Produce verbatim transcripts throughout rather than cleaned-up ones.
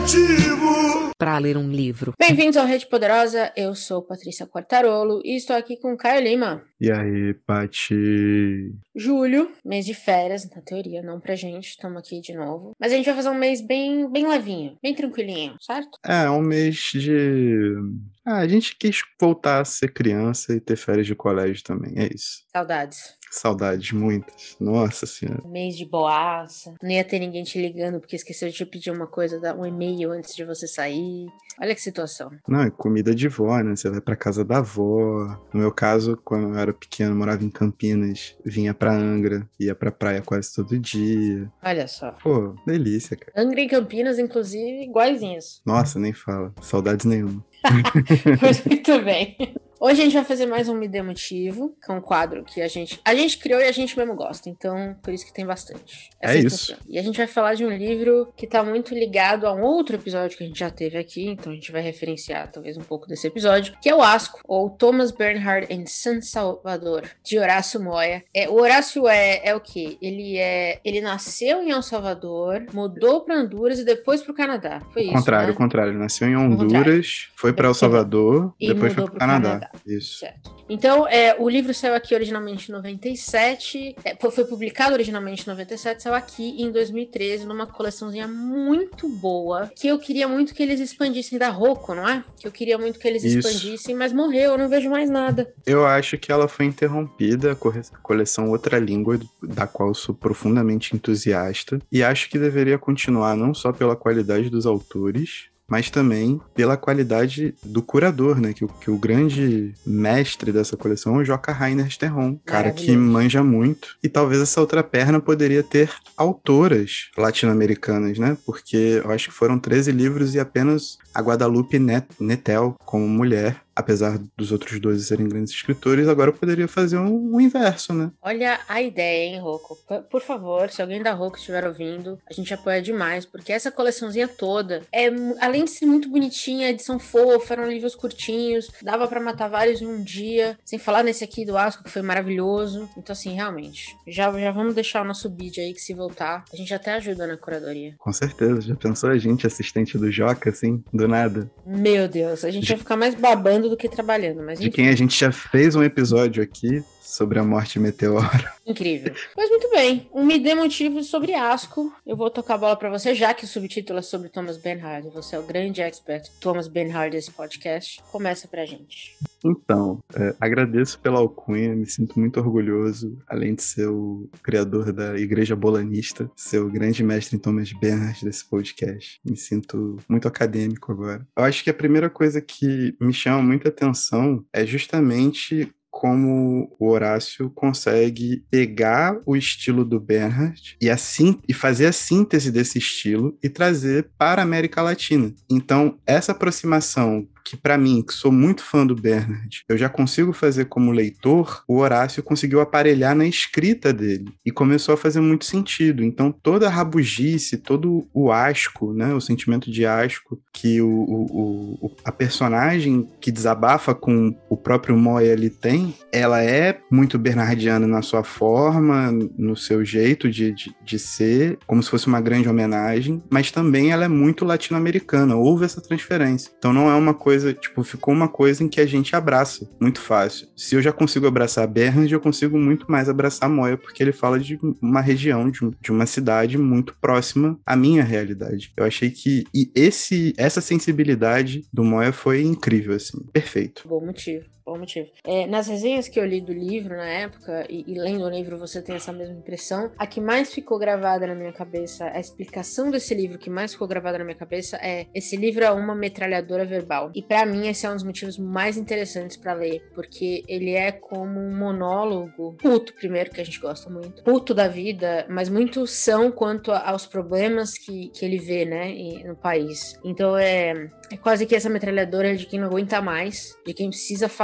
motivo para ler um livro. Bem-vindos ao Rede Poderosa, eu sou Patrícia Quartarolo e estou aqui com Caio Lima. E aí, Pati? Julho, mês de férias, na teoria, não pra gente, estamos aqui de novo. Mas a gente vai fazer um mês bem, bem levinho, bem tranquilinho, certo? É, um mês de... Ah, a gente quis voltar a ser criança e ter férias de colégio também, é isso. Saudades. Saudades, muitas. Nossa Senhora. Mês de boaça, não ia ter ninguém te ligando porque esqueceu de te pedir uma coisa, um e-mail antes de você sair. Olha que situação. Não, é comida de vó, né? Você vai pra casa da avó. No meu caso, quando eu era pequeno, morava em Campinas, vinha pra Angra, ia pra praia quase todo dia. Olha só. Pô, delícia, cara. Angra e Campinas, inclusive, iguaizinhos. Nossa, nem fala. Saudades nenhuma. Mas muito bem. Hoje a gente vai fazer mais um Me Dê Motivo, que é um quadro que a gente, a gente criou e a gente mesmo gosta, então por isso que tem bastante. É isso. E a gente vai falar de um livro que tá muito ligado a um outro episódio que a gente já teve aqui, então a gente vai referenciar talvez um pouco desse episódio, que é o Asco, ou Thomas Bernhard em San Salvador, de Horácio Moya. É, o Horácio é, é o quê? Ele, é, ele nasceu em El Salvador, mudou pra Honduras e depois pro Canadá. Foi o isso, contrário, né? o contrário. Ele nasceu em Honduras, foi pra El Salvador, e depois foi mudou pro pro Canadá. Canadá. Isso. Certo. Então, é, o livro saiu aqui originalmente em noventa e sete, é, foi publicado originalmente em noventa e sete, saiu aqui em dois mil e treze, numa coleçãozinha muito boa, que eu queria muito que eles expandissem da Rocco, não é? Que eu queria muito que eles Isso. expandissem, mas morreu, eu não vejo mais nada. Eu acho que ela foi interrompida, a coleção Outra Língua, da qual eu sou profundamente entusiasta, e acho que deveria continuar não só pela qualidade dos autores, mas também pela qualidade do curador, né? Que, que o grande mestre dessa coleção é o Joca Rainer Sterron, cara que manja muito. E talvez essa outra perna poderia ter autoras latino-americanas, né? Porque eu acho que foram treze livros e apenas a Guadalupe Net- Nettel, como mulher, apesar dos outros dois serem grandes escritores, agora eu poderia fazer um, um inverso, né? Olha a ideia, hein, Rocco? P- por favor, se alguém da Rocco estiver ouvindo, a gente apoia demais, porque essa coleçãozinha toda, é, além de ser muito bonitinha, a edição fofa, eram livros curtinhos, dava pra matar vários em um dia, sem falar nesse aqui do Asco, que foi maravilhoso. Então, assim, realmente, já, já vamos deixar o nosso bid aí, que se voltar, a gente até ajuda na curadoria. Com certeza, já pensou a gente, assistente do Joca, assim, do nada? Meu Deus, a gente De... ia ficar mais babando do que trabalhando, mas enfim. De quem a gente já fez um episódio aqui sobre a morte meteoro. Incrível. Mas muito bem, um Me Dê Motivo sobre Asco. Eu vou tocar a bola pra você, já que o subtítulo é sobre Thomas Bernhard. Você é o grande expert Thomas Bernhard desse podcast. Começa pra gente. Então, é, agradeço pela alcunha, me sinto muito orgulhoso, além de ser o criador da Igreja Bolanista, ser o grande mestre em Thomas Bernhard desse podcast. Me sinto muito acadêmico agora. Eu acho que a primeira coisa que me chama muita atenção é justamente como o Horácio consegue pegar o estilo do Bernhard e, assim, e fazer a síntese desse estilo e trazer para a América Latina. Então, essa aproximação que pra mim, que sou muito fã do Bernhard, eu já consigo fazer como leitor, o Horácio conseguiu aparelhar na escrita dele e começou a fazer muito sentido. Então toda a rabugice, todo o asco, né, o sentimento de asco que o, o, o, a personagem que desabafa com o próprio Moya ele tem, ela é muito bernhardiana na sua forma, no seu jeito de, de, de ser, como se fosse uma grande homenagem, mas também ela é muito latino-americana, houve essa transferência. Então não é uma coisa Coisa, tipo, ficou uma coisa em que a gente abraça muito fácil. Se eu já consigo abraçar Bernhard, eu consigo muito mais abraçar Moya, porque ele fala de uma região, de, de uma cidade muito próxima à minha realidade. Eu achei que e esse, essa sensibilidade do Moya foi incrível, assim, perfeito. Bom motivo. Bom motivo. É, nas resenhas que eu li do livro na época, e, e lendo o livro você tem essa mesma impressão, a que mais ficou gravada na minha cabeça, a explicação desse livro que mais ficou gravada na minha cabeça é: esse livro é uma metralhadora verbal. E pra mim esse é um dos motivos mais interessantes pra ler, porque ele é como um monólogo puto, primeiro, que a gente gosta muito, puto da vida, mas muito são quanto aos problemas que, que ele vê, né, no país. Então é, é quase que essa metralhadora de quem não aguenta mais, de quem precisa falar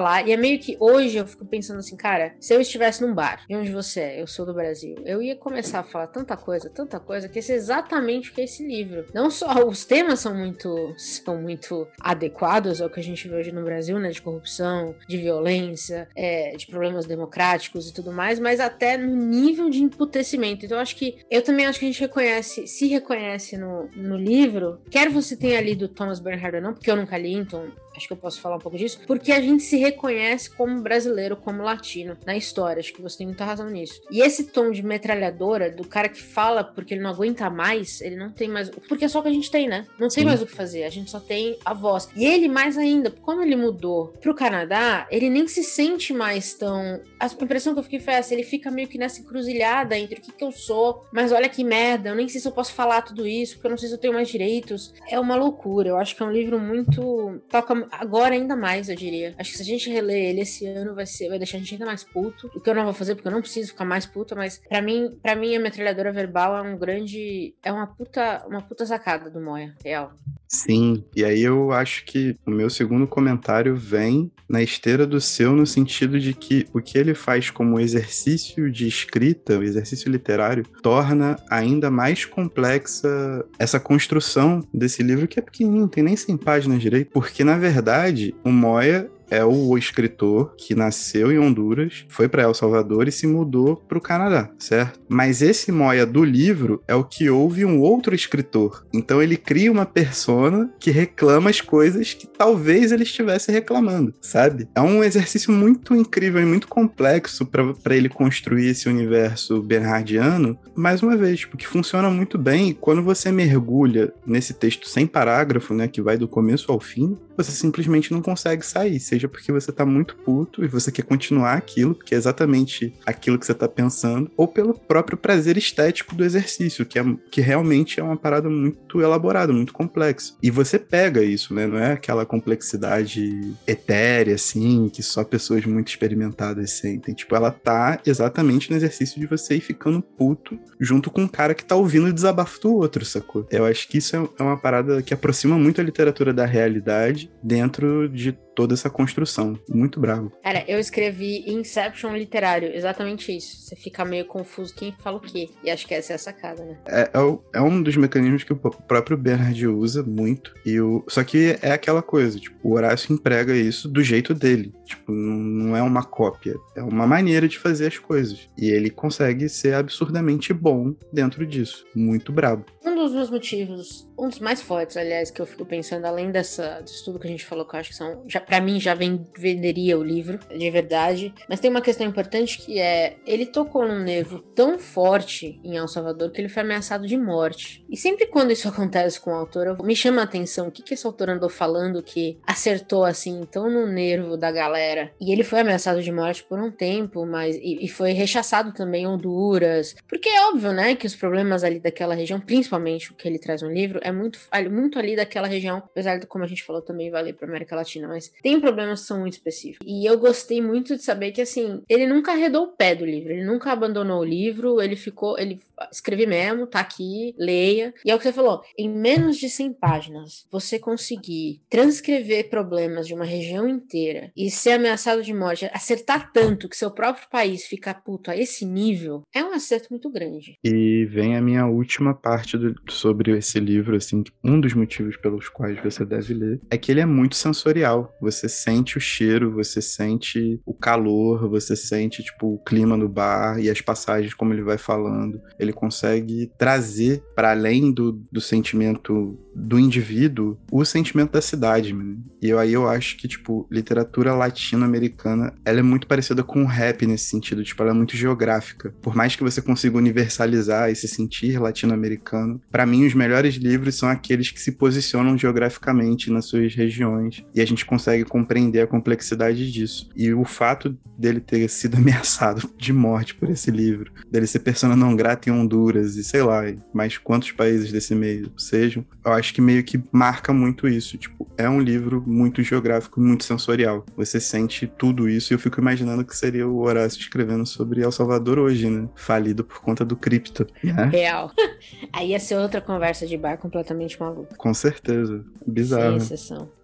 falar. E é meio que hoje eu fico pensando assim, cara, se eu estivesse num bar, de onde você é, eu sou do Brasil, eu ia começar a falar tanta coisa, tanta coisa, que esse é exatamente o que é esse livro. Não só os temas são muito, são muito adequados ao que a gente vê hoje no Brasil, né, de corrupção, de violência, é, de problemas democráticos e tudo mais, mas até no nível de emputecimento. Então eu acho que, eu também acho que a gente reconhece, se reconhece no, no livro, quer você tenha lido Thomas Bernhard ou não, porque eu nunca li, então acho que eu posso falar um pouco disso, porque a gente se reconhece como brasileiro, como latino, na história. Acho que você tem muita razão nisso. E esse tom de metralhadora, do cara que fala porque ele não aguenta mais, ele não tem mais... Porque é só o que a gente tem, né? Não tem Sim. mais o que fazer, a gente só tem a voz. E ele, mais ainda, como ele mudou pro Canadá, ele nem se sente mais tão... A impressão que eu fiquei foi essa, ele fica meio que nessa encruzilhada entre o que que eu sou, mas olha que merda, eu nem sei se eu posso falar tudo isso, porque eu não sei se eu tenho mais direitos. É uma loucura, eu acho que é um livro muito... Toca agora ainda mais, eu diria. Acho que se a gente reler ele esse ano, vai, ser, vai deixar a gente ainda mais puto. O que eu não vou fazer, porque eu não preciso ficar mais puta, mas pra mim, pra mim a metralhadora verbal é um grande... É uma puta, uma puta sacada do Moya, real. Sim, e aí eu acho que o meu segundo comentário vem na esteira do seu, no sentido de que o que ele faz como exercício de escrita, o exercício literário, torna ainda mais complexa essa construção desse livro, que é pequenininho, não tem nem cem páginas direito, porque na verdade o Moya é o escritor que nasceu em Honduras, foi para El Salvador e se mudou para o Canadá, certo? Mas esse Moya do livro é o que ouve um outro escritor. Então ele cria uma persona que reclama as coisas que talvez ele estivesse reclamando, sabe? É um exercício muito incrível e muito complexo para ele construir esse universo bernardiano, mais uma vez, porque funciona muito bem. Quando você mergulha nesse texto sem parágrafo, né, que vai do começo ao fim, você simplesmente não consegue sair, seja porque você tá muito puto e você quer continuar aquilo, porque é exatamente aquilo que você tá pensando, ou pelo próprio prazer estético do exercício, que, é, que realmente é uma parada muito elaborada, muito complexa. E você pega isso, né? Não é aquela complexidade etérea, assim, que só pessoas muito experimentadas sentem. Tipo, ela tá exatamente no exercício de você ir ficando puto junto com um cara que tá ouvindo o desabafo do outro, sacou? Eu acho que isso é uma parada que aproxima muito a literatura da realidade dentro de toda essa construção. Muito bravo. Cara, eu escrevi Inception literário, exatamente isso. Você fica meio confuso quem fala o quê. E acho que essa é a sacada, né? É, é, o, é um dos mecanismos que o próprio Bernhard usa muito. E o, só que é aquela coisa, tipo, o Horácio emprega isso do jeito dele. Tipo, não, não é uma cópia. É uma maneira de fazer as coisas. E ele consegue ser absurdamente bom dentro disso. Muito brabo. Um dos meus motivos, um dos mais fortes, aliás, que eu fico pensando, além dessa, disso tudo que a gente falou, que eu acho que são, já, pra mim, já vem, venderia o livro, de verdade. Mas tem uma questão importante que é, ele tocou num nervo tão forte em El Salvador que ele foi ameaçado de morte. E sempre quando isso acontece com o autor, eu, me chama a atenção o que, que esse autor andou falando que acertou, assim, tão no nervo da galera. E ele foi ameaçado de morte por um tempo, mas e, e foi rechaçado também em Honduras. Porque é óbvio, né, que os problemas ali daquela região, principalmente o que ele traz no livro, é muito, muito ali daquela região, apesar de, como a gente falou, também vale pra América Latina, mas tem problemas que são muito específicos. E eu gostei muito de saber que, assim, ele nunca arredou o pé do livro, ele nunca abandonou o livro, ele ficou, ele escrevi mesmo, tá aqui, leia. E é o que você falou, em menos de cem páginas, você conseguir transcrever problemas de uma região inteira e ser ameaçado de morte, acertar tanto que seu próprio país fica puto a esse nível, é um acerto muito grande. E vem a minha última parte do, sobre esse livro, assim, um dos motivos pelos quais você deve ler, é que ele é muito sensorial. Você sente o cheiro, você sente o calor, você sente, tipo, o clima no bar e as passagens, como ele vai falando. Ele consegue trazer, para além do, do sentimento do indivíduo, o sentimento da cidade, mano. E eu, aí eu acho que, tipo, literatura latino-americana, ela é muito parecida com o rap nesse sentido, tipo, ela é muito geográfica. Por mais que você consiga universalizar esse sentir latino-americano, para mim os melhores livros são aqueles que se posicionam geograficamente nas suas regiões e a gente consegue compreender a complexidade disso. E o fato dele ter sido ameaçado de morte por esse livro, dele ser persona não grata em Honduras e sei lá, mais quantos países desse meio sejam, eu acho que meio que marca muito isso. Tipo, é um livro muito geográfico, muito sensorial. Você sente tudo isso e eu fico imaginando que seria o Horácio escrevendo sobre El Salvador hoje, né? Falido por conta do cripto, né? Real. Aí ia ser outra conversa de bar completamente maluca. Com certeza. Bizarro. Sem exceção.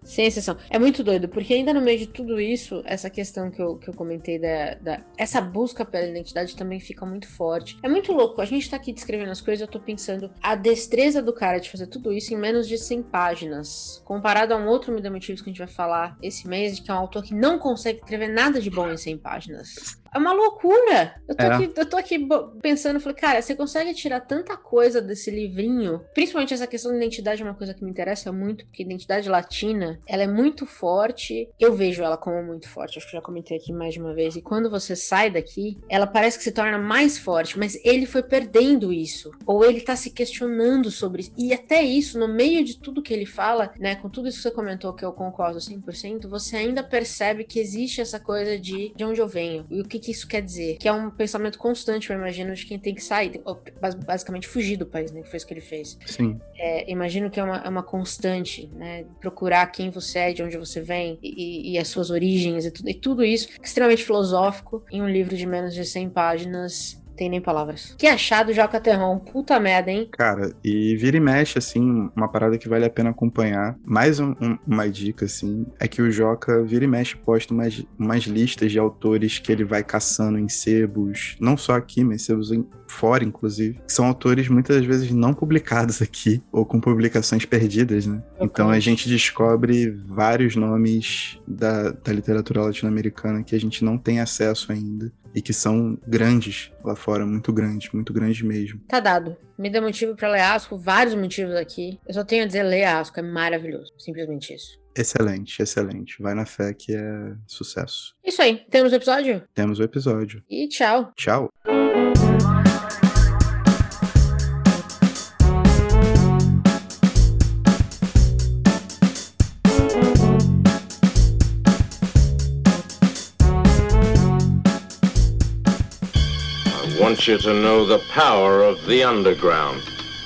Sem exceção. É muito doido, porque ainda no meio de tudo isso, essa questão que eu, que eu comentei da, da... Essa busca pela identidade também fica muito forte. É muito louco. A gente tá aqui descrevendo as coisas, eu tô pensando a destreza do cara de fazer tudo isso em menos de cem páginas. Comparado a um outro Me Dê Motivos que a gente vai falar esse mês, de que é um autor que não consegue escrever nada de bom em cem páginas. É uma loucura. Eu tô, é. aqui, eu tô aqui pensando, falei, cara, você consegue tirar tanta coisa desse livrinho? Principalmente essa questão da identidade é uma coisa que me interessa muito, porque a identidade latina, ela é muito forte. Eu vejo ela como muito forte, acho que já comentei aqui mais de uma vez. E quando você sai daqui, ela parece que se torna mais forte, mas ele foi perdendo isso. Ou ele tá se questionando sobre isso. E até isso, no meio de tudo que ele fala, né, com tudo isso que você comentou, que eu concordo cem por cento, você ainda percebe que existe essa coisa de de onde eu venho. E o que que isso quer dizer? Que é um pensamento constante, eu imagino, de quem tem que sair, basicamente fugir do país, né? Que foi isso que ele fez. Sim. É, imagino que é uma, é uma constante, né? Procurar quem você é, de onde você vem e, e as suas origens e tudo, e tudo isso extremamente filosófico em um livro de menos de cem páginas. Tem nem palavras. Que achado, Joca Terron. Puta merda, hein? Cara, e vira e mexe, assim, uma parada que vale a pena acompanhar. Mais um, um, uma dica, assim, é que o Joca vira e mexe posta umas, umas listas de autores que ele vai caçando em sebos, não só aqui, mas sebos em, fora, inclusive, que são autores muitas vezes não publicados aqui, ou com publicações perdidas, né? Okay. Então a gente descobre vários nomes da, da literatura latino-americana que a gente não tem acesso ainda. E que são grandes lá fora, muito grandes, muito grandes mesmo. Tá dado. Me dá motivo pra ler Asco, vários motivos aqui. Eu só tenho a dizer, ler Asco, é maravilhoso. Simplesmente isso. Excelente, excelente. Vai na fé que é sucesso. Isso aí. Temos o episódio? Temos o episódio. E tchau. Tchau. I want you to know the power of the underground.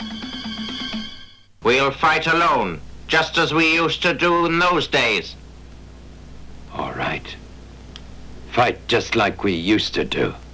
We'll fight alone, just as we used to do in those days. All right. Fight just like we used to do.